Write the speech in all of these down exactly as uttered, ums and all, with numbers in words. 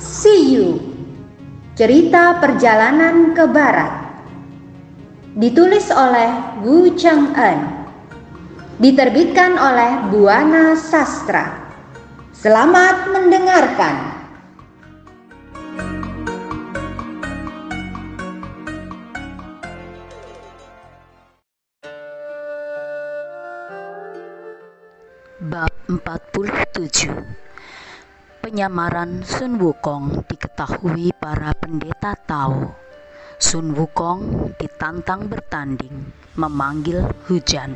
See You, cerita perjalanan ke barat. Ditulis oleh Wu Cheng-en. Diterbitkan oleh Buana Sastra. Selamat mendengarkan. Bab empat puluh tujuh. Penyamaran Sun Wukong diketahui para pendeta Tao. Sun Wukong ditantang bertanding memanggil hujan.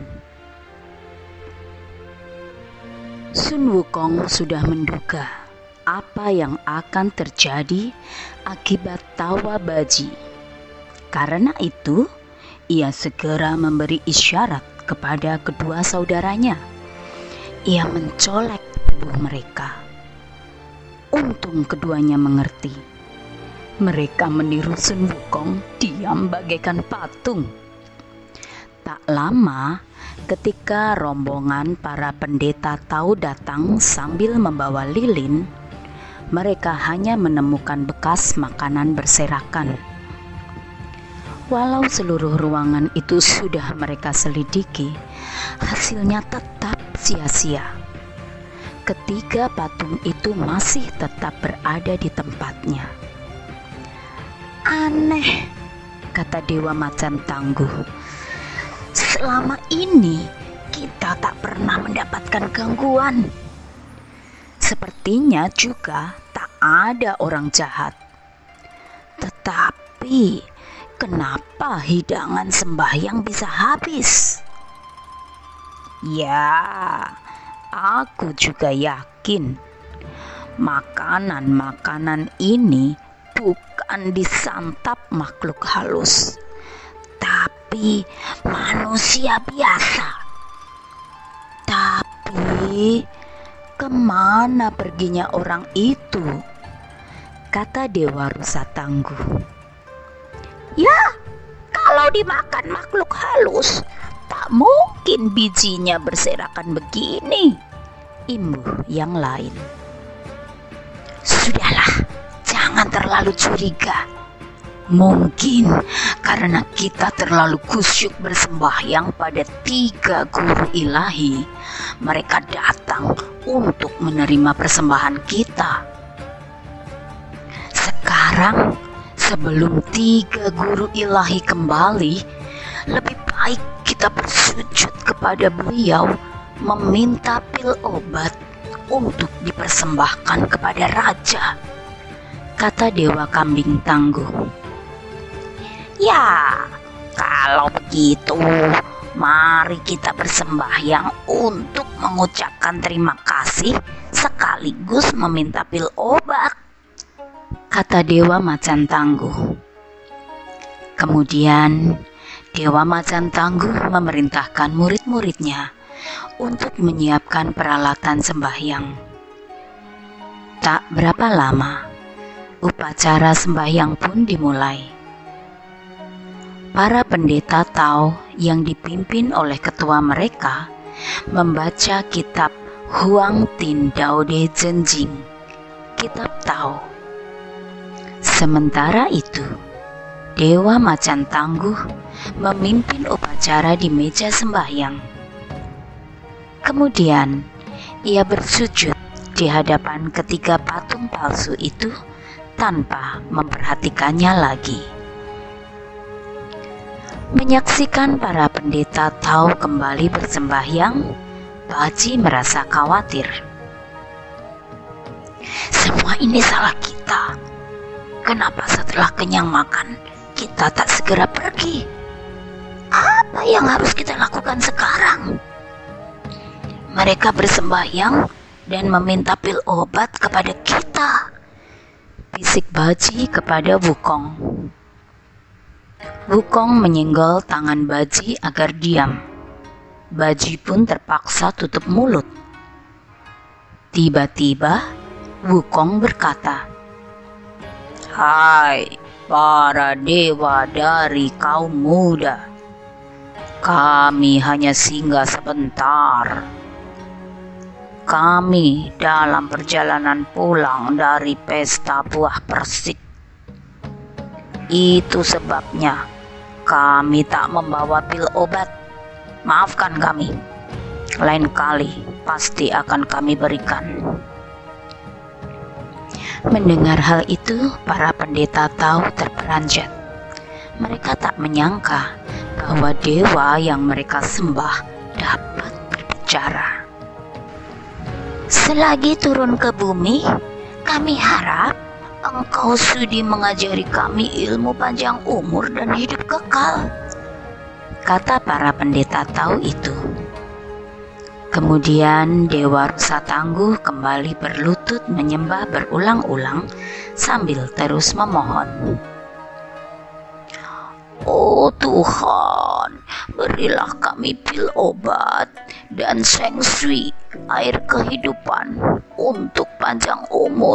Sun Wukong sudah menduga apa yang akan terjadi akibat tawa baji. Karena itu, ia segera memberi isyarat kepada kedua saudaranya. Ia mencolek tubuh mereka. Untung keduanya mengerti. Mereka meniru Sun Wukong diam bagaikan patung. Tak lama, ketika rombongan para pendeta Tao datang sambil membawa lilin, mereka hanya menemukan bekas makanan berserakan. Walau seluruh ruangan itu sudah mereka selidiki, hasilnya tetap sia-sia. Ketiga patung itu masih tetap berada di tempatnya. Aneh, kata Dewa Macan Tangguh. Selama ini kita tak pernah mendapatkan gangguan. Sepertinya juga tak ada orang jahat. Tetapi kenapa hidangan sembahyang bisa habis? Ya, aku juga yakin makanan-makanan ini bukan disantap makhluk halus, tapi manusia biasa. Tapi kemana perginya orang itu? Kata Dewa Rusa Tangguh. Ya, kalau dimakan makhluk halus, tak mungkin bijinya berserakan begini, imbuh yang lain. Sudahlah, jangan terlalu curiga. Mungkin karena kita terlalu kusyuk bersembahyang pada tiga guru ilahi, mereka datang untuk menerima persembahan kita. Sekarang, sebelum tiga guru ilahi kembali, lebih baik kita bersujud kepada beliau, meminta pil obat untuk dipersembahkan kepada raja, kata Dewa Kambing Tangguh. Ya, kalau begitu, mari kita bersembahyang untuk mengucapkan terima kasih sekaligus meminta pil obat, kata Dewa Macan Tangguh. Kemudian Dewa Macan Tangguh memerintahkan murid-muridnya untuk menyiapkan peralatan sembahyang. Tak berapa lama, upacara sembahyang pun dimulai. Para pendeta Tao yang dipimpin oleh ketua mereka membaca kitab Huang Tin Dao De Zhenjing, kitab Tao. Sementara itu, Dewa Macan Tangguh memimpin upacara di meja sembahyang. Kemudian, ia bersujud di hadapan ketiga patung palsu itu tanpa memperhatikannya lagi. Menyaksikan para pendeta Tao kembali bersembahyang, Baji merasa khawatir. Semua ini salah kita. Kenapa setelah kenyang makan, kita tak segera pergi? Apa yang harus kita lakukan sekarang? Mereka bersembahyang dan meminta pil obat kepada kita, bisik Baji kepada Wukong. Wukong menyenggol tangan Baji agar diam. Baji pun terpaksa tutup mulut. Tiba-tiba Wukong berkata, "Hai para dewa dari kaum muda, kami hanya singgah sebentar. kami dalam perjalanan pulang dari pesta buah persik. Itu sebabnya kami tak membawa pil obat. Maafkan kami. Lain kali pasti akan kami berikan. Mendengar hal itu, para pendeta Tau terperanjat. Mereka tak menyangka bahwa dewa yang mereka sembah dapat berbicara. Selagi turun ke bumi, kami harap engkau sudi mengajari kami ilmu panjang umur dan hidup kekal, kata para pendeta Tau itu. Kemudian Dewa Rusa Tangguh kembali berlutut menyembah berulang-ulang sambil terus memohon. Oh Tuhan, berilah kami pil obat dan Seng Sui, air kehidupan, untuk panjang umur.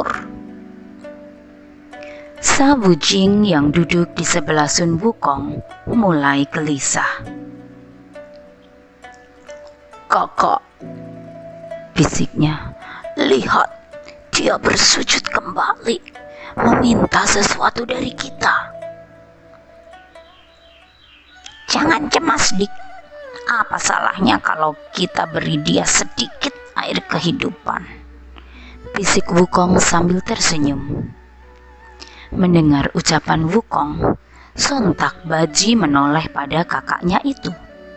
Sa Wujing yang duduk di sebelah Sun Wukong mulai gelisah. Kakak, bisiknya, lihat, dia bersujud kembali, meminta sesuatu dari kita. Jangan cemas, Dik. Apa salahnya kalau kita beri dia sedikit air kehidupan? Bisik Wukong sambil tersenyum. Mendengar ucapan Wukong, sontak Baji menoleh pada kakaknya itu.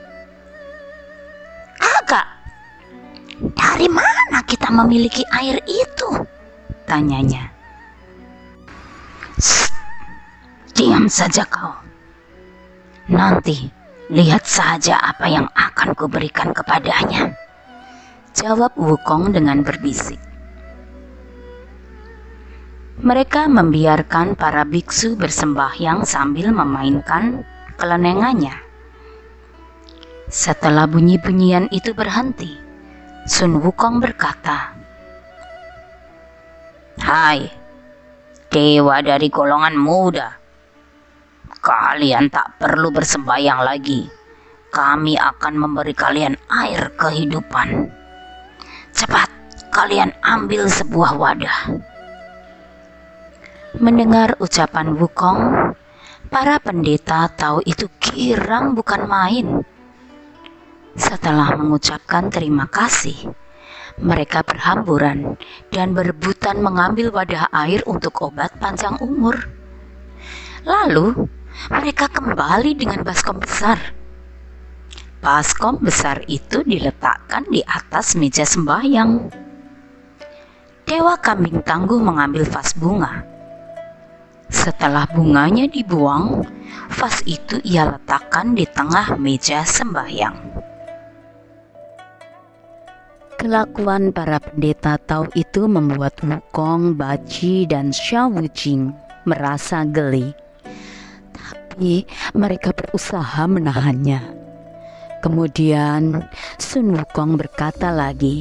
Kakak, dari mana kita memiliki air itu? Tanyanya. Shh, diam saja kau. Nanti lihat saja apa yang akan kuberikan kepadanya, jawab Wukong dengan berbisik. Mereka membiarkan para biksu bersembahyang sambil memainkan kelenengannya. Setelah bunyi-bunyian itu berhenti, Sun Wukong berkata, Hai, dewa dari golongan muda, kalian tak perlu bersembahyang lagi. Kami akan memberi kalian air kehidupan. Cepat, kalian ambil sebuah wadah. Mendengar ucapan Wukong, para pendeta tahu itu girang bukan main. Setelah mengucapkan terima kasih, mereka berhamburan dan berebutan mengambil wadah air untuk obat panjang umur. Lalu, mereka kembali dengan baskom besar. Baskom besar itu diletakkan di atas meja sembahyang. Dewa Kambing Tangguh mengambil vas bunga. Setelah bunganya dibuang, vas itu ia letakkan di tengah meja sembahyang. Kelakuan para pendeta Tau itu membuat Wukong, Baji, dan Sha Wujing merasa geli. Tapi mereka berusaha menahannya. Kemudian Sun Wukong berkata lagi,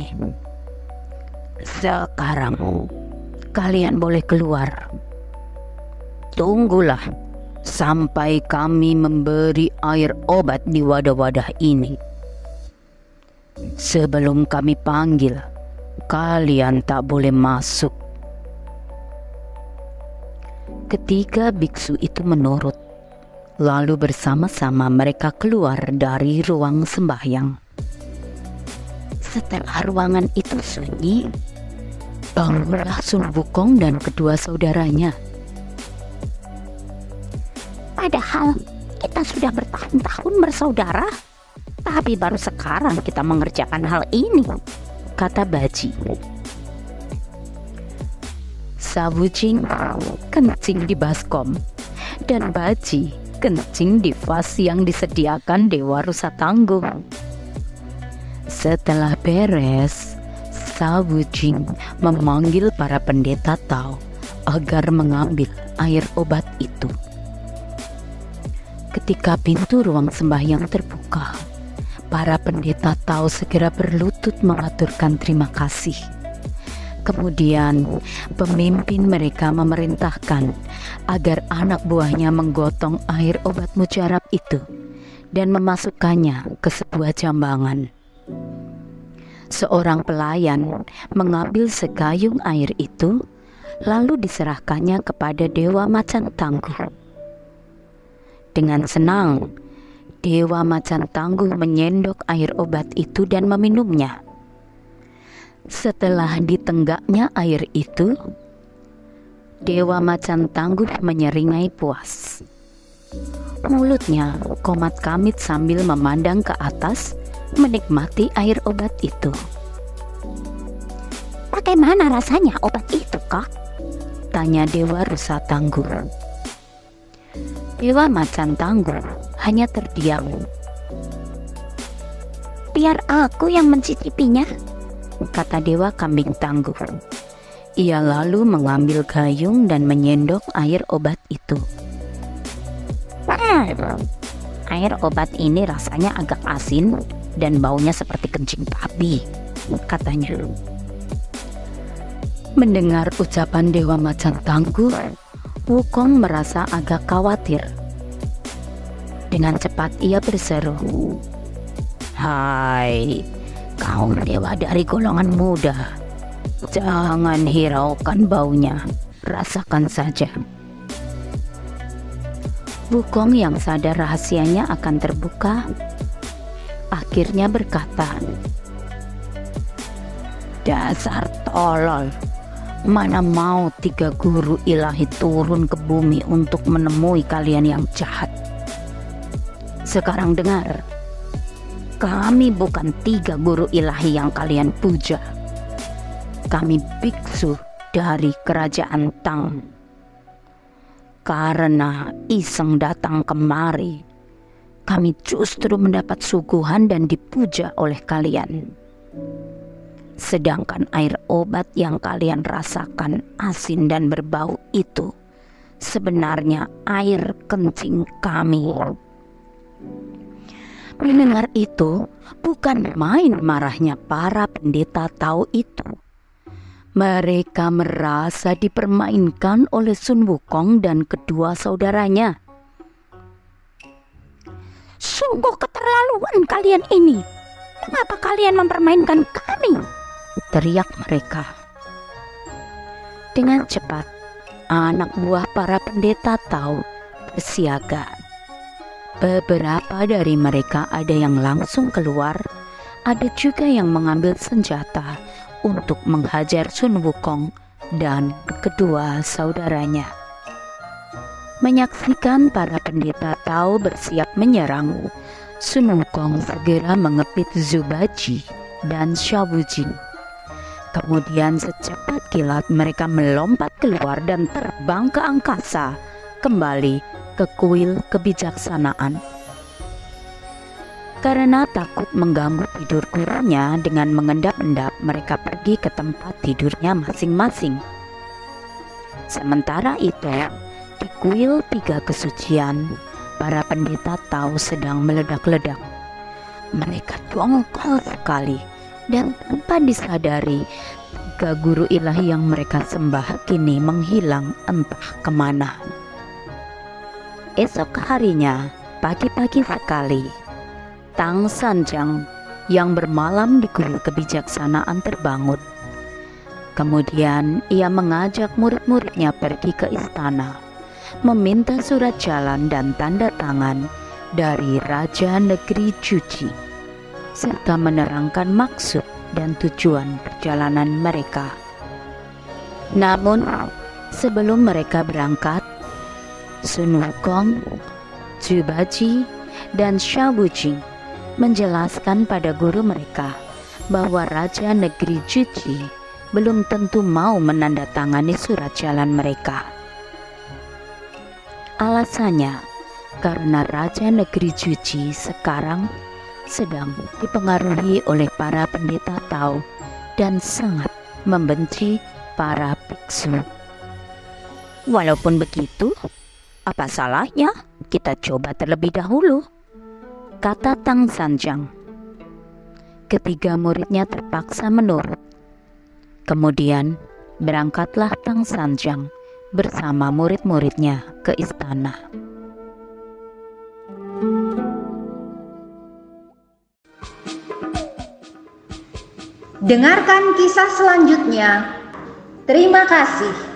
Sekarang kalian boleh keluar. Tunggulah sampai kami memberi air obat di wadah-wadah ini. Sebelum kami panggil, kalian tak boleh masuk. Ketiga biksu itu menurut. Lalu bersama-sama mereka keluar dari ruang sembahyang. Setelah ruangan itu sunyi, bangunlah Sun Wukong dan kedua saudaranya. Padahal kita sudah bertahun-tahun bersaudara, tapi baru sekarang kita mengerjakan hal ini, kata Baji. Sa Wujing kencing di baskom, dan Baji kencing di vas yang disediakan Dewa Rusa Tangguh. Setelah beres, Sa Wujing memanggil para pendeta Tau agar mengambil air obat itu. Ketika pintu ruang sembahyang terbuka, para pendeta Tau segera berlutut mengaturkan terima kasih. Kemudian pemimpin mereka memerintahkan agar anak buahnya menggotong air obat mujarab itu dan memasukkannya ke sebuah jambangan. Seorang pelayan mengambil segayung air itu, lalu diserahkannya kepada Dewa Macan Tangguh. Dengan senang, Dewa Macan Tangguh menyendok air obat itu dan meminumnya. Setelah ditenggaknya air itu, Dewa Macan Tangguh menyeringai puas. Mulutnya komat-kamit sambil memandang ke atas, menikmati air obat itu. Bagaimana rasanya obat itu, Kak? Tanya Dewa Rusa Tangguh. Dewa Macan Tangguh hanya terdiam. Biar aku yang mencicipinya, kata Dewa Kambing Tangguh. Ia lalu mengambil gayung dan menyendok air obat itu. Hmm, air obat ini rasanya agak asin dan baunya seperti kencing babi, katanya. Mendengar ucapan Dewa Macan Tangguh, Wukong merasa agak khawatir. Dengan cepat ia berseru, "Hai, kau dewa dari golongan muda. Jangan hiraukan baunya, rasakan saja." Wukong yang sadar rahasianya akan terbuka, akhirnya berkata, "Dasar tolol, mana mau tiga guru ilahi turun ke bumi untuk menemui kalian yang jahat. Sekarang dengar, kami bukan tiga guru ilahi yang kalian puja. Kami biksu dari kerajaan Tang. Karena iseng datang kemari, kami justru mendapat suguhan dan dipuja oleh kalian. Sedangkan air obat yang kalian rasakan asin dan berbau itu sebenarnya air kencing kami." Mendengar itu, bukan main marahnya para pendeta Tao itu. Mereka merasa dipermainkan oleh Sun Wukong dan kedua saudaranya. "Sungguh keterlaluan kalian ini. Mengapa kalian mempermainkan kami?" teriak mereka. Dengan cepat, anak buah para pendeta Tao bersiaga. Beberapa dari mereka ada yang langsung keluar, ada juga yang mengambil senjata untuk menghajar Sun Wukong dan kedua saudaranya. Menyaksikan para pendeta Tao bersiap menyerang, Sun Wukong segera mengepit Zubaji dan Shawujing. Kemudian secepat kilat mereka melompat keluar dan terbang ke angkasa, kembali ke kuil kebijaksanaan. Karena takut mengganggu tidur gurunya, dengan mengendap-endap mereka pergi ke tempat tidurnya masing-masing. Sementara itu, di kuil tiga kesucian, para pendeta Tao sedang meledak-ledak. Mereka dongkol sekali, dan tanpa disadari, tiga guru ilahi yang mereka sembah kini menghilang entah kemana. Esok harinya, pagi-pagi sekali, Tang Sanjang yang bermalam di kuil kebijaksanaan terbangun. Kemudian ia mengajak murid-muridnya pergi ke istana, meminta surat jalan dan tanda tangan dari Raja Negeri Juji, serta menerangkan maksud dan tujuan perjalanan mereka. Namun, sebelum mereka berangkat, Sun Wukong, Zubaji, dan Shawujing menjelaskan pada guru mereka bahwa Raja Negeri Juji belum tentu mau menandatangani surat jalan mereka. Alasannya, karena Raja Negeri Juji sekarang sedang dipengaruhi oleh para pendeta Tao dan sangat membenci para biksu. Walaupun begitu, apa salahnya kita coba terlebih dahulu, kata Tang Sanjang. Ketiga muridnya terpaksa menurut. Kemudian berangkatlah Tang Sanjang bersama murid-muridnya ke istana. Dengarkan kisah selanjutnya. Terima kasih.